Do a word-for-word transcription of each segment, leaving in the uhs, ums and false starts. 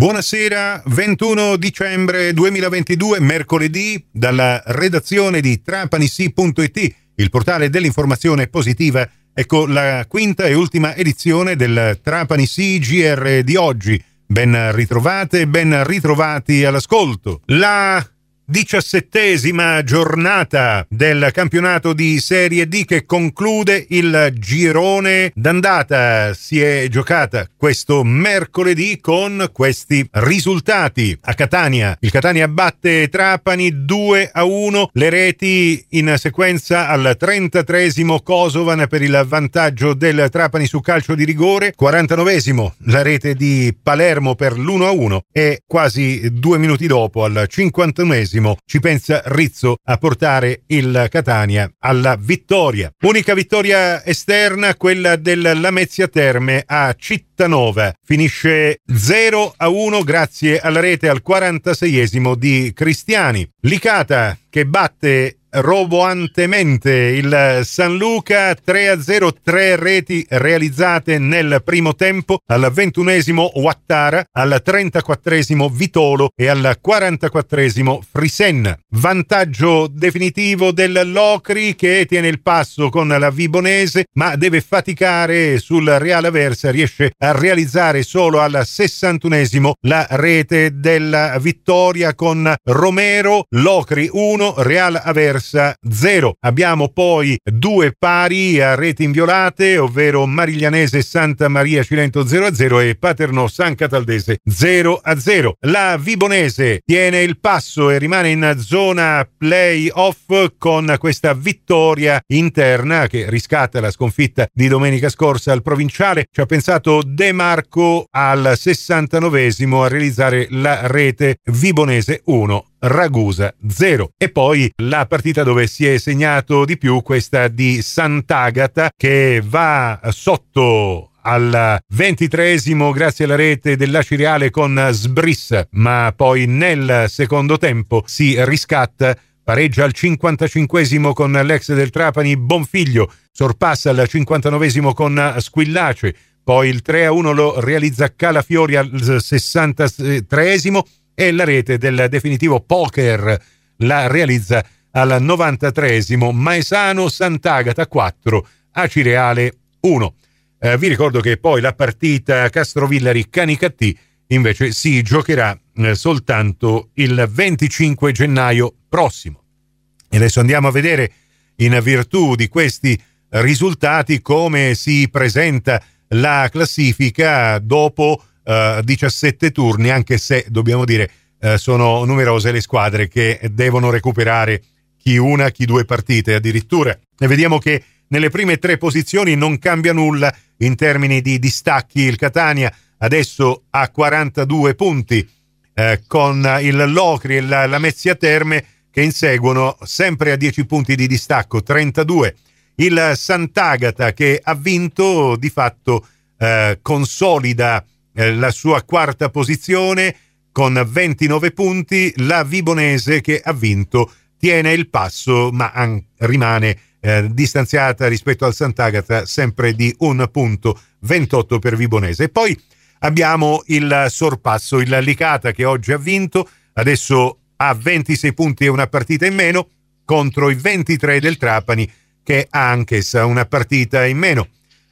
Buonasera, ventuno dicembre duemilaventidue, mercoledì, dalla redazione di Trapanisi punto it, il portale dell'informazione positiva. Ecco la quinta e ultima edizione del Trapanisi G R di oggi. Ben ritrovate, ben ritrovati all'ascolto. La diciassettesima giornata del campionato di Serie D che conclude il girone d'andata si è giocata questo mercoledì con questi risultati. A Catania il Catania batte Trapani due a uno, le reti in sequenza: al trentatreesimo Kosovan per il vantaggio del Trapani su calcio di rigore, quarantanovesimo la rete di Palermo per l'uno a uno e quasi due minuti dopo, al cinquantunesimo, ci pensa Rizzo a portare il Catania alla vittoria. Unica vittoria esterna, quella del Lamezia Terme a Cittanova. Finisce zero a uno grazie alla rete al quarantaseiesimo di Cristiani. Licata che batte roboantemente il San Luca tre a zero, tre reti realizzate nel primo tempo: al ventunesimo Ouattara, al trentaquattresimo Vitolo e al quarantaquattresimo Frisenna. Vantaggio definitivo del Locri che tiene il passo con la Vibonese, ma deve faticare sul Real Aversa, riesce a realizzare solo al sessantunesimo la rete della vittoria con Romero. Locri uno, Real Aversa zero. Abbiamo poi due pari a reti inviolate, ovvero Mariglianese Santa Maria Cilento zero a zero e Paternò San Cataldese zero a zero. La Vibonese tiene il passo e rimane in zona play-off con questa vittoria interna che riscatta la sconfitta di domenica scorsa al Provinciale. Ci ha pensato De Marco al sessantanovesimo a realizzare la rete. Vibonese uno, Ragusa zero. E poi la partita dove si è segnato di più, questa di Sant'Agata, che va sotto al ventitreesimo grazie alla rete dell'Acireale con Sbriss, ma poi nel secondo tempo si riscatta, pareggia al cinquantacinquesimo con l'ex del Trapani Bonfiglio, sorpassa al cinquantanovesimo con Squillace, poi il tre a uno lo realizza Calafiori al sessantatreesimo e la rete del definitivo Poker la realizza al novantatreesimo Maesano Sant'Agata quattro, Acireale uno. Eh, vi ricordo che poi la partita Castrovillari-Canicattì invece si giocherà eh, soltanto il venticinque gennaio prossimo. E adesso andiamo a vedere, in virtù di questi risultati, come si presenta la classifica dopo Uh, diciassette turni, anche se dobbiamo dire uh, sono numerose le squadre che devono recuperare chi una, chi due partite addirittura. E vediamo che nelle prime tre posizioni non cambia nulla in termini di distacchi. Il Catania adesso ha quarantadue punti, uh, con il Locri e la Lamezia Terme che inseguono sempre a dieci punti di distacco, trentadue. Il Sant'Agata, che ha vinto, di fatto uh, consolida la sua quarta posizione con ventinove punti. La Vibonese, che ha vinto, tiene il passo ma an- rimane eh, distanziata rispetto al Sant'Agata sempre di un punto, ventotto per Vibonese. E poi abbiamo il sorpasso, il Licata, che oggi ha vinto, adesso ha ventisei punti e una partita in meno contro i ventitré del Trapani, che ha anch'essa una partita in meno.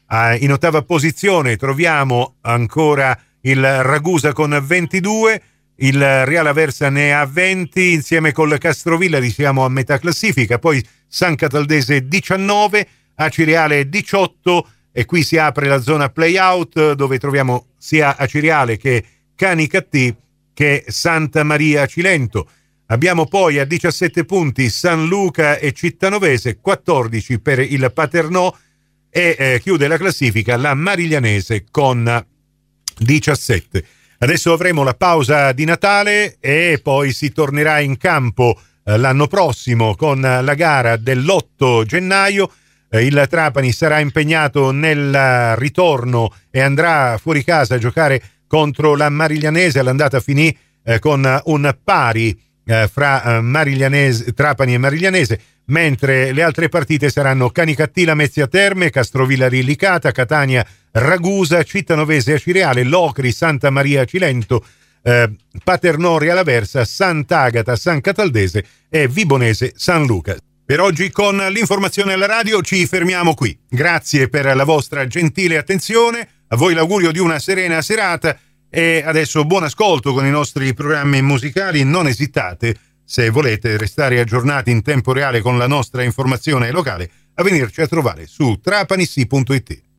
In ottava posizione troviamo ancora il Ragusa con ventidue, il Real Aversa ne ha venti, insieme col Castrovillari siamo a metà classifica, poi San Cataldese diciannove, Acireale diciotto, e qui si apre la zona play-out dove troviamo sia Acireale che Canicattì che Santa Maria Cilento. Abbiamo poi a diciassette punti San Luca e Cittanovese, quattordici per il Paternò, e eh, chiude la classifica la Mariglianese con diciassette. Adesso avremo la pausa di Natale e poi si tornerà in campo eh, l'anno prossimo con la gara dell'otto gennaio. Eh, il Trapani sarà impegnato nel ritorno e andrà fuori casa a giocare contro la Mariglianese. All'andata finì eh, con un pari eh, fra eh, Mariglianese, Trapani e Mariglianese, mentre le altre partite saranno Canicattì Lamezia Terme, Castrovillari Licata, Catania Ragusa, Cittanovese Acireale, Locri Santa Maria Cilento, eh, Paternò Rialaversa, Sant'Agata, San Cataldese e Vibonese San Luca. Per oggi con l'informazione alla radio ci fermiamo qui. Grazie per la vostra gentile attenzione, a voi l'augurio di una serena serata e adesso buon ascolto con i nostri programmi musicali. Non esitate, se volete restare aggiornati in tempo reale con la nostra informazione locale, a venirci a trovare su trapanissi punto it.